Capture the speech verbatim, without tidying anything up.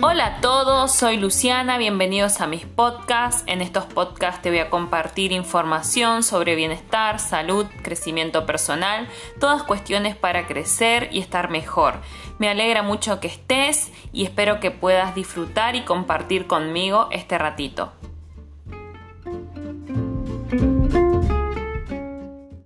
Hola a todos, soy Luciana, bienvenidos a mis podcasts. En estos podcasts te voy a compartir información sobre bienestar, salud, crecimiento personal, todas cuestiones para crecer y estar mejor. Me alegra mucho que estés y espero que puedas disfrutar y compartir conmigo este ratito.